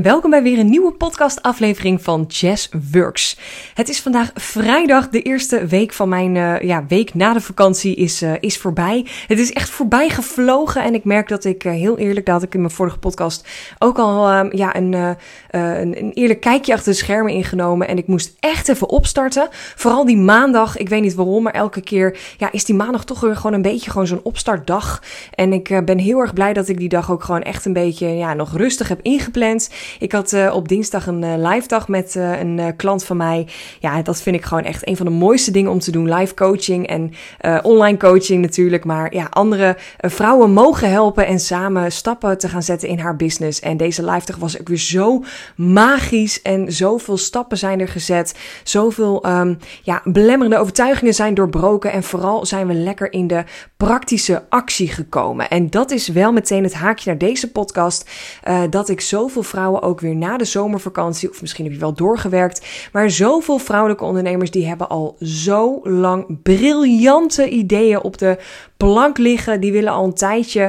Welkom bij weer een nieuwe podcastaflevering van Jazz Works. Het is vandaag vrijdag, de eerste week van mijn week na de vakantie is voorbij. Het is echt voorbij gevlogen en ik merk dat ik heel eerlijk, dat had ik in mijn vorige podcast ook al een eerlijk kijkje achter de schermen ingenomen. En ik moest echt even opstarten. Vooral die maandag, ik weet niet waarom, maar elke keer is die maandag toch weer gewoon een beetje zo'n opstartdag. En ik ben heel erg blij dat ik die dag ook gewoon echt een beetje nog rustig heb ingepland. Ik had op dinsdag een live dag met een klant van mij. Ja, dat vind ik gewoon echt een van de mooiste dingen om te doen. Live coaching en online coaching natuurlijk. Maar ja, andere vrouwen mogen helpen en samen stappen te gaan zetten in haar business. En deze live dag was ook weer zo magisch en zoveel stappen zijn er gezet. Zoveel belemmerende overtuigingen zijn doorbroken. En vooral zijn we lekker in de praktische actie gekomen. En dat is wel meteen het haakje naar deze podcast. Dat ik zoveel vrouwen ook weer na de zomervakantie, of misschien heb je wel doorgewerkt, maar zoveel vrouwelijke ondernemers die hebben al zo lang briljante ideeën op de plank liggen. Die willen al een tijdje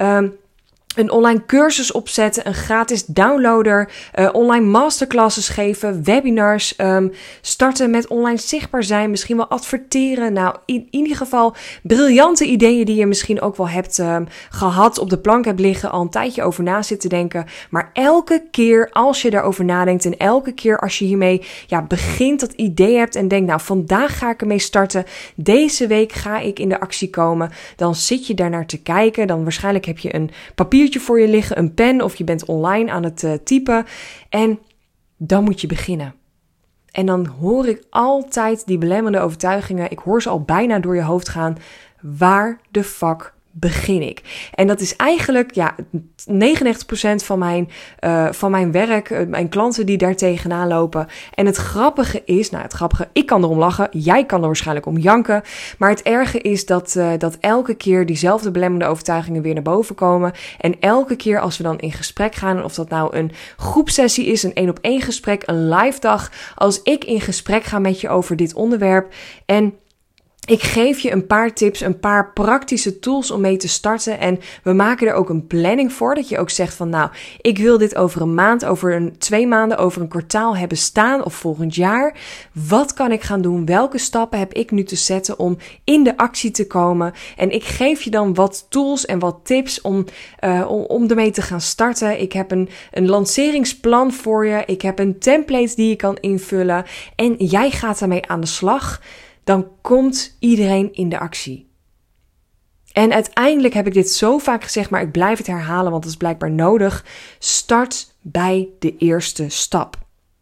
een online cursus opzetten, een gratis downloader, online masterclasses geven, webinars, starten met online zichtbaar zijn, misschien wel adverteren. Nou, in ieder geval briljante ideeën die je misschien ook wel hebt gehad, op de plank hebt liggen, al een tijdje over na zit te denken. Maar elke keer als je daarover nadenkt en elke keer als je hiermee begint, dat idee hebt en denkt, nou, vandaag ga ik ermee starten, deze week ga ik in de actie komen, dan zit je daarnaar te kijken, dan waarschijnlijk heb je een papiertje voor je liggen, een pen of je bent online aan het typen en dan moet je beginnen. En dan hoor ik altijd die belemmerende overtuigingen, ik hoor ze al bijna door je hoofd gaan, waar de fuck begin ik? En dat is eigenlijk 99% van mijn werk, mijn klanten die daar tegenaan lopen. En het grappige is, ik kan erom lachen, jij kan er waarschijnlijk om janken. Maar het erge is dat elke keer diezelfde belemmerende overtuigingen weer naar boven komen. En elke keer als we dan in gesprek gaan, of dat nou een groepsessie is, een 1-op-1 gesprek, een live dag. Als ik in gesprek ga met je over dit onderwerp en ik geef je een paar tips, een paar praktische tools om mee te starten. En we maken er ook een planning voor. Dat je ook zegt van ik wil dit over een maand, over 2 maanden, over een kwartaal hebben staan of volgend jaar. Wat kan ik gaan doen? Welke stappen heb ik nu te zetten om in de actie te komen? En ik geef je dan wat tools en wat tips om ermee te gaan starten. Ik heb een lanceringsplan voor je. Ik heb een template die je kan invullen. En jij gaat daarmee aan de slag. Dan komt iedereen in de actie. En uiteindelijk heb ik dit zo vaak gezegd, maar ik blijf het herhalen, want het is blijkbaar nodig. Start bij de eerste stap.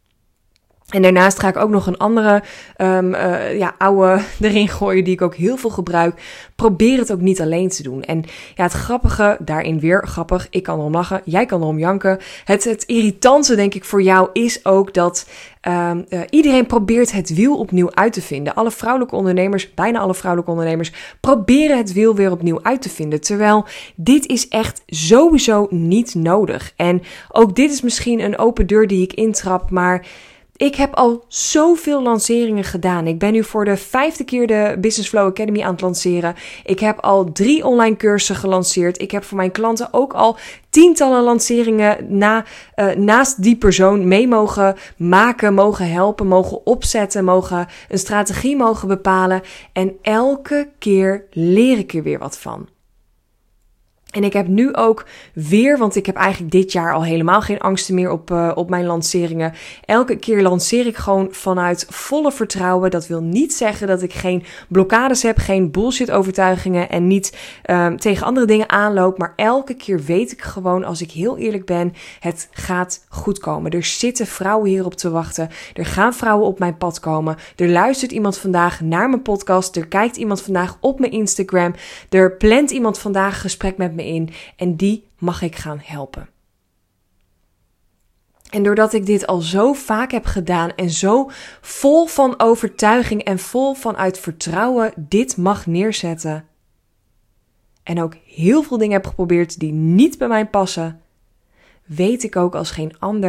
En daarnaast ga ik ook nog een andere oude erin gooien die ik ook heel veel gebruik. Probeer het ook niet alleen te doen. En het grappige, daarin weer grappig, ik kan erom lachen, jij kan erom janken. Het irritante denk ik voor jou is ook dat iedereen probeert het wiel opnieuw uit te vinden. Alle vrouwelijke ondernemers, bijna alle vrouwelijke ondernemers, proberen het wiel weer opnieuw uit te vinden. Terwijl dit is echt sowieso niet nodig. En ook dit is misschien een open deur die ik intrap, maar ik heb al zoveel lanceringen gedaan. Ik ben nu voor de 5e keer de Business Flow Academy aan het lanceren. Ik heb al 3 online cursussen gelanceerd. Ik heb voor mijn klanten ook al tientallen lanceringen naast die persoon mee mogen maken, mogen helpen, mogen opzetten, mogen een strategie mogen bepalen. En elke keer leer ik er weer wat van. En ik heb nu ook weer, want ik heb eigenlijk dit jaar al helemaal geen angsten meer op mijn lanceringen. Elke keer lanceer ik gewoon vanuit volle vertrouwen. Dat wil niet zeggen dat ik geen blokkades heb, geen bullshit overtuigingen en niet tegen andere dingen aanloop. Maar elke keer weet ik gewoon, als ik heel eerlijk ben, het gaat goed komen. Er zitten vrouwen hierop te wachten. Er gaan vrouwen op mijn pad komen. Er luistert iemand vandaag naar mijn podcast. Er kijkt iemand vandaag op mijn Instagram. Er plant iemand vandaag een gesprek met me in en die mag ik gaan helpen. En doordat ik dit al zo vaak heb gedaan en zo vol van overtuiging en vol vanuit vertrouwen dit mag neerzetten en ook heel veel dingen heb geprobeerd die niet bij mij passen, weet ik ook als geen ander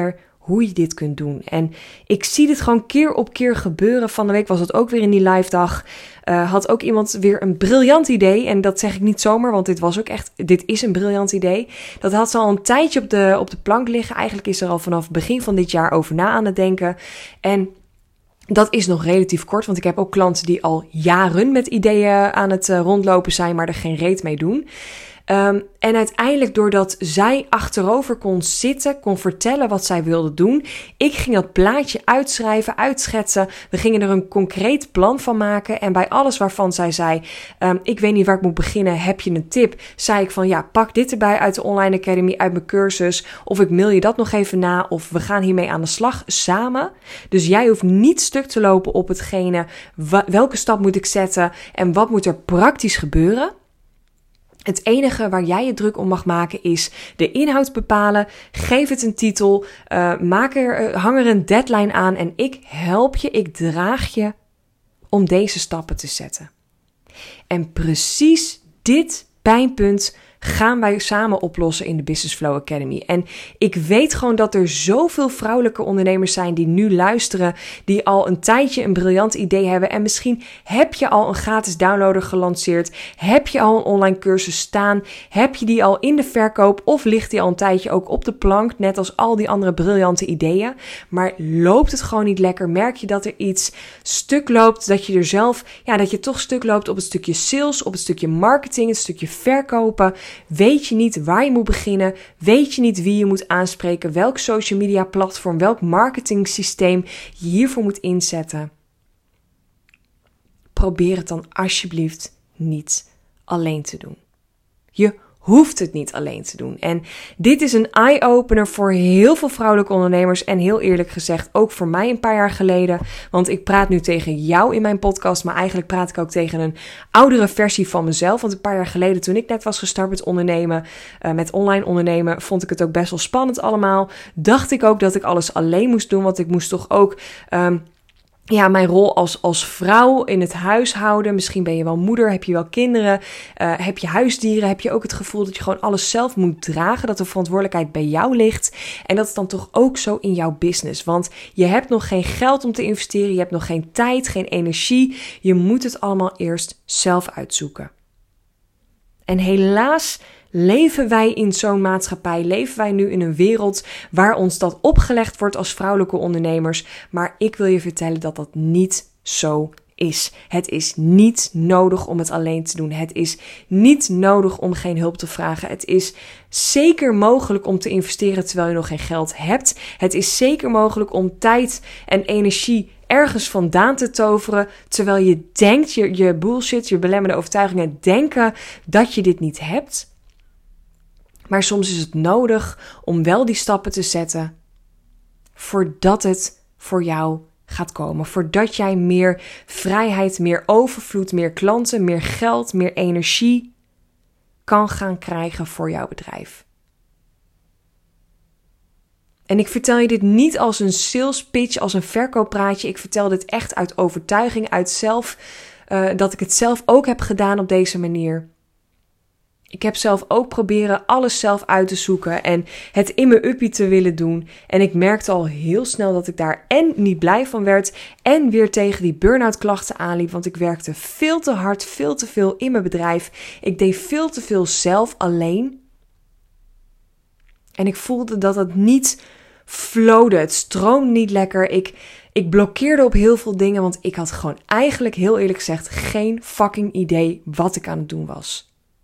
hoe je dit kunt doen. En ik zie dit gewoon keer op keer gebeuren. Van de week was het ook weer in die live dag. Had ook iemand weer een briljant idee. En dat zeg ik niet zomaar, want dit is een briljant idee. Dat had ze al een tijdje op de plank liggen. Eigenlijk is er al vanaf begin van dit jaar over na aan het denken. En dat is nog relatief kort, want ik heb ook klanten die al jaren met ideeën aan het rondlopen zijn, maar er geen reet mee doen. En uiteindelijk doordat zij achterover kon zitten, kon vertellen wat zij wilde doen. Ik ging dat plaatje uitschrijven, uitschetsen. We gingen er een concreet plan van maken. En bij alles waarvan zij zei, ik weet niet waar ik moet beginnen, heb je een tip? Zei ik van, ja, pak dit erbij uit de Online Academy, uit mijn cursus. Of ik mail je dat nog even na, of we gaan hiermee aan de slag samen. Dus jij hoeft niet stuk te lopen op hetgene, welke stap moet ik zetten en wat moet er praktisch gebeuren. Het enige waar jij je druk om mag maken is de inhoud bepalen. Geef het een titel. Hang er een deadline aan. En ik help je, ik draag je om deze stappen te zetten. En precies dit pijnpunt gaan wij samen oplossen in de Business Flow Academy. En ik weet gewoon dat er zoveel vrouwelijke ondernemers zijn die nu luisteren, die al een tijdje een briljant idee hebben. En misschien heb je al een gratis downloader gelanceerd, heb je al een online cursus staan, heb je die al in de verkoop of ligt die al een tijdje ook op de plank, net als al die andere briljante ideeën. Maar loopt het gewoon niet lekker? Merk je dat er iets stuk loopt, dat je toch stuk loopt op het stukje sales, op het stukje marketing, het stukje verkopen? Weet je niet waar je moet beginnen? Weet je niet wie je moet aanspreken? Welk social media platform, welk marketing systeem je hiervoor moet inzetten? Probeer het dan alsjeblieft niet alleen te doen. Je hoeft het niet alleen te doen. En dit is een eye-opener voor heel veel vrouwelijke ondernemers. En heel eerlijk gezegd ook voor mij een paar jaar geleden. Want ik praat nu tegen jou in mijn podcast. Maar eigenlijk praat ik ook tegen een oudere versie van mezelf. Want een paar jaar geleden toen ik net was gestart met ondernemen. Met online ondernemen. Vond ik het ook best wel spannend allemaal. Dacht ik ook dat ik alles alleen moest doen. Want ik moest toch ook mijn rol als vrouw in het huishouden. Misschien ben je wel moeder, heb je wel kinderen, heb je huisdieren. Heb je ook het gevoel dat je gewoon alles zelf moet dragen. Dat de verantwoordelijkheid bij jou ligt. En dat is dan toch ook zo in jouw business. Want je hebt nog geen geld om te investeren. Je hebt nog geen tijd, geen energie. Je moet het allemaal eerst zelf uitzoeken. En helaas leven wij in zo'n maatschappij, leven wij nu in een wereld waar ons dat opgelegd wordt als vrouwelijke ondernemers. Maar ik wil je vertellen dat dat niet zo is. Het is niet nodig om het alleen te doen. Het is niet nodig om geen hulp te vragen. Het is zeker mogelijk om te investeren terwijl je nog geen geld hebt. Het is zeker mogelijk om tijd en energie ergens vandaan te toveren, terwijl je denkt, je bullshit, je belemmerende overtuigingen denken dat je dit niet hebt. Maar soms is het nodig om wel die stappen te zetten voordat het voor jou gaat komen. Voordat jij meer vrijheid, meer overvloed, meer klanten, meer geld, meer energie kan gaan krijgen voor jouw bedrijf. En ik vertel je dit niet als een sales pitch, als een verkooppraatje. Ik vertel dit echt uit overtuiging, dat ik het zelf ook heb gedaan op deze manier. Ik heb zelf ook proberen alles zelf uit te zoeken en het in mijn uppie te willen doen. En ik merkte al heel snel dat ik daar en niet blij van werd en weer tegen die burn-out klachten aanliep. Want ik werkte veel te hard, veel te veel in mijn bedrijf. Ik deed veel te veel zelf alleen. En ik voelde dat het niet flowde. Het stroomde niet lekker. Ik blokkeerde op heel veel dingen, want ik had gewoon eigenlijk, heel eerlijk gezegd, geen fucking idee wat ik aan het doen was.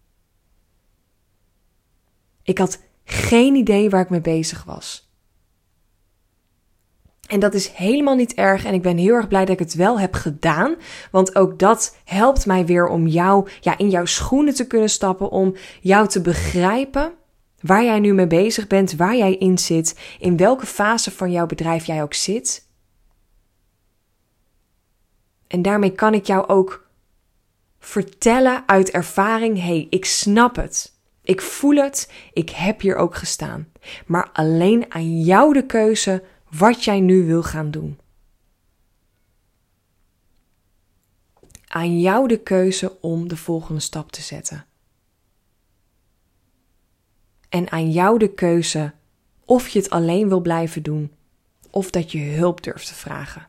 Ik had geen idee waar ik mee bezig was. En dat is helemaal niet erg en ik ben heel erg blij dat ik het wel heb gedaan. Want ook dat helpt mij weer om jou in jouw schoenen te kunnen stappen. Om jou te begrijpen waar jij nu mee bezig bent, waar jij in zit. In welke fase van jouw bedrijf jij ook zit. En daarmee kan ik jou ook vertellen uit ervaring. Hey, ik snap het. Ik voel het, ik heb hier ook gestaan. Maar alleen aan jou de keuze wat jij nu wil gaan doen. Aan jou de keuze om de volgende stap te zetten. En aan jou de keuze of je het alleen wil blijven doen of dat je hulp durft te vragen.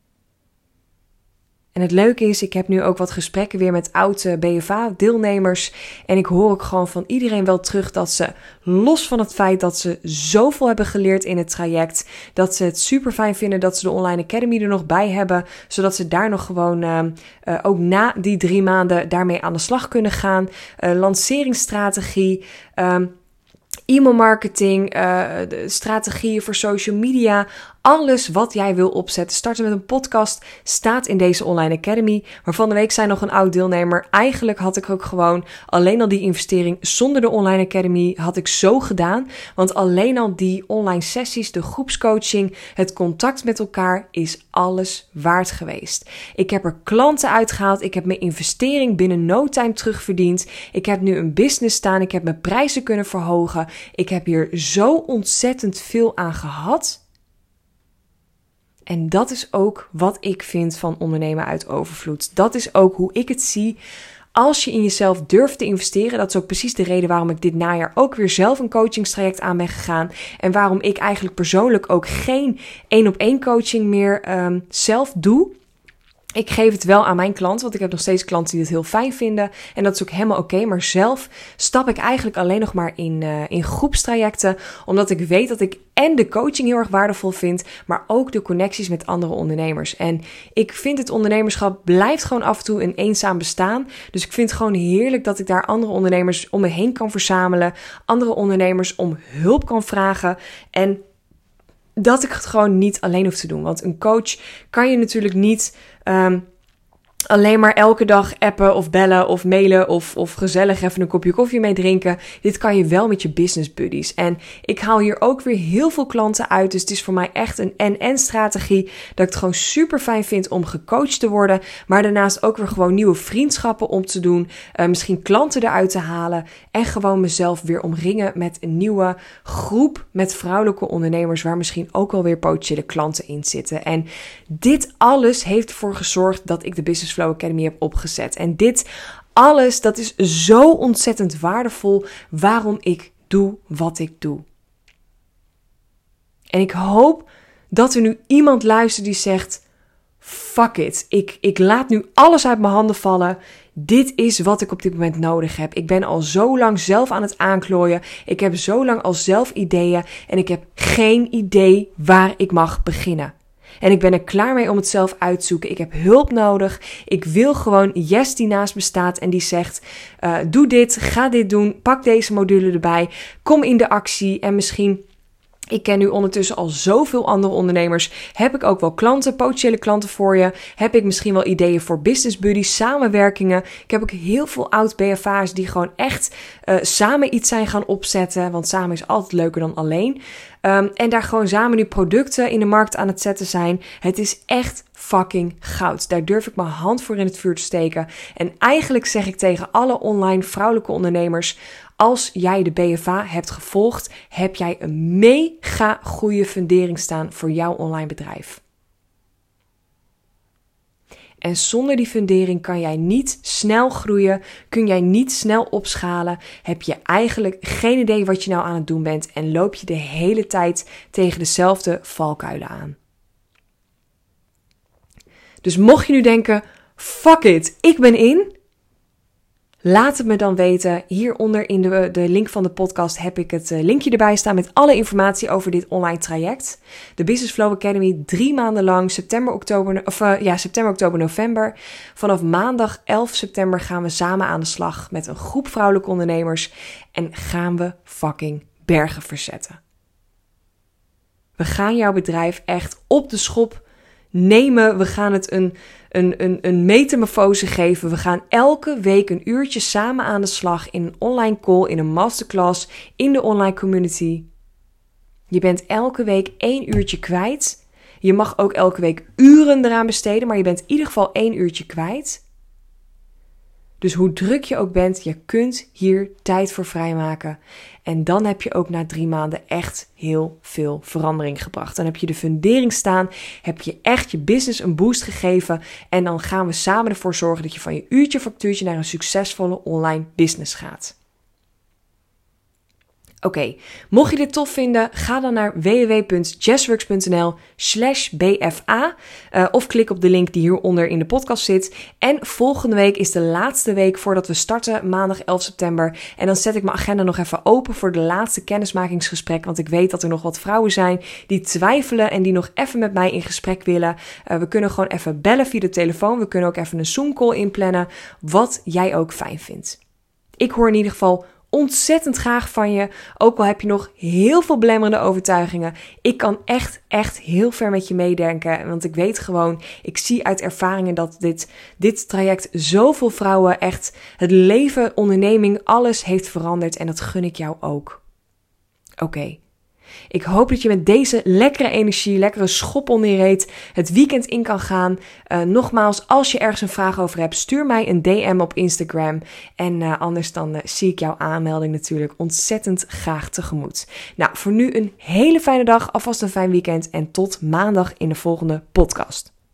En het leuke is, ik heb nu ook wat gesprekken weer met oude BFA-deelnemers. En ik hoor ook gewoon van iedereen wel terug dat ze, los van het feit dat ze zoveel hebben geleerd in het traject, dat ze het super fijn vinden dat ze de Online Academy er nog bij hebben, zodat ze daar nog gewoon ook na die 3 maanden daarmee aan de slag kunnen gaan. Lanceringsstrategie, e-mailmarketing, strategieën voor social media. Alles wat jij wil opzetten, starten met een podcast, staat in deze Online Academy. Maar van de week zei nog een oud deelnemer, eigenlijk had ik ook gewoon alleen al die investering zonder de Online Academy had ik zo gedaan. Want alleen al die online sessies, de groepscoaching, het contact met elkaar is alles waard geweest. Ik heb er klanten uitgehaald, ik heb mijn investering binnen no time terugverdiend. Ik heb nu een business staan, ik heb mijn prijzen kunnen verhogen. Ik heb hier zo ontzettend veel aan gehad. En dat is ook wat ik vind van ondernemen uit overvloed. Dat is ook hoe ik het zie. Als je in jezelf durft te investeren, dat is ook precies de reden waarom ik dit najaar ook weer zelf een coachingstraject aan ben gegaan. En waarom ik eigenlijk persoonlijk ook geen 1-op-1 coaching meer zelf doe. Ik geef het wel aan mijn klanten, want ik heb nog steeds klanten die het heel fijn vinden. En dat is ook helemaal oké. Maar zelf stap ik eigenlijk alleen nog maar in groepstrajecten. Omdat ik weet dat ik en de coaching heel erg waardevol vind, maar ook de connecties met andere ondernemers. En ik vind het ondernemerschap blijft gewoon af en toe een eenzaam bestaan. Dus ik vind het gewoon heerlijk dat ik daar andere ondernemers om me heen kan verzamelen. Andere ondernemers om hulp kan vragen. En dat ik het gewoon niet alleen hoef te doen. Want een coach kan je natuurlijk niet alleen maar elke dag appen of bellen of mailen of gezellig even een kopje koffie mee drinken. Dit kan je wel met je business buddies. En ik haal hier ook weer heel veel klanten uit. Dus het is voor mij echt een en strategie. Dat ik het gewoon super fijn vind om gecoacht te worden. Maar daarnaast ook weer gewoon nieuwe vriendschappen om te doen. Misschien klanten eruit te halen. En gewoon mezelf weer omringen met een nieuwe groep met vrouwelijke ondernemers. Waar misschien ook alweer potentiële klanten in zitten. En dit alles heeft ervoor gezorgd dat ik de Business Flow Academy heb opgezet. En dit alles, dat is zo ontzettend waardevol waarom ik doe wat ik doe. En ik hoop dat er nu iemand luistert die zegt, fuck it, ik laat nu alles uit mijn handen vallen. Dit is wat ik op dit moment nodig heb. Ik ben al zo lang zelf aan het aanklooien. Ik heb zo lang al zelf ideeën en ik heb geen idee waar ik mag beginnen. En ik ben er klaar mee om het zelf uit te zoeken. Ik heb hulp nodig. Ik wil gewoon Jess die naast me staat en die zegt, doe dit, ga dit doen, pak deze module erbij, kom in de actie en misschien... Ik ken nu ondertussen al zoveel andere ondernemers. Heb ik ook wel klanten, potentiële klanten voor je? Heb ik misschien wel ideeën voor business buddies, samenwerkingen? Ik heb ook heel veel oud-BFA's die gewoon echt samen iets zijn gaan opzetten. Want samen is altijd leuker dan alleen. En daar gewoon samen nu producten in de markt aan het zetten zijn. Het is echt fucking goud. Daar durf ik mijn hand voor in het vuur te steken. En eigenlijk zeg ik tegen alle online vrouwelijke ondernemers, als jij de BFA hebt gevolgd, heb jij een mega goede fundering staan voor jouw online bedrijf. En zonder die fundering kan jij niet snel groeien, kun jij niet snel opschalen, heb je eigenlijk geen idee wat je nou aan het doen bent en loop je de hele tijd tegen dezelfde valkuilen aan. Dus mocht je nu denken, fuck it, ik ben in. Laat het me dan weten. Hieronder in de link van de podcast heb ik het linkje erbij staan met alle informatie over dit online traject. De Business Flow Academy 3 maanden lang, september, oktober, november. Vanaf maandag 11 september gaan we samen aan de slag met een groep vrouwelijke ondernemers en gaan we fucking bergen verzetten. We gaan jouw bedrijf echt op de schop nemen. We gaan het een metamorfose geven. We gaan elke week een uurtje samen aan de slag in een online call, in een masterclass, in de online community. Je bent elke week 1 uurtje kwijt. Je mag ook elke week uren eraan besteden, maar je bent in ieder geval 1 uurtje kwijt. Dus hoe druk je ook bent, je kunt hier tijd voor vrijmaken. En dan heb je ook na 3 maanden echt heel veel verandering gebracht. Dan heb je de fundering staan, heb je echt je business een boost gegeven. En dan gaan we samen ervoor zorgen dat je van je uurtje factuurtje naar een succesvolle online business gaat. Oké, mocht je dit tof vinden, ga dan naar www.jessworks.nl/bfa of klik op de link die hieronder in de podcast zit. En volgende week is de laatste week voordat we starten, maandag 11 september. En dan zet ik mijn agenda nog even open voor de laatste kennismakingsgesprek, want ik weet dat er nog wat vrouwen zijn die twijfelen en die nog even met mij in gesprek willen. We kunnen gewoon even bellen via de telefoon, we kunnen ook even een Zoom-call inplannen, wat jij ook fijn vindt. Ik hoor in ieder geval ontzettend graag van je, ook al heb je nog heel veel belemmerende overtuigingen. Ik kan echt heel ver met je meedenken, want ik weet gewoon, ik zie uit ervaringen dat dit traject zoveel vrouwen echt het leven, onderneming, alles heeft veranderd en dat gun ik jou ook. Oké. Ik hoop dat je met deze lekkere energie, lekkere schop onder je reet het weekend in kan gaan. Nogmaals, als je ergens een vraag over hebt, stuur mij een DM op Instagram. En anders dan zie ik jouw aanmelding natuurlijk ontzettend graag tegemoet. Nou, voor nu een hele fijne dag, alvast een fijn weekend en tot maandag in de volgende podcast.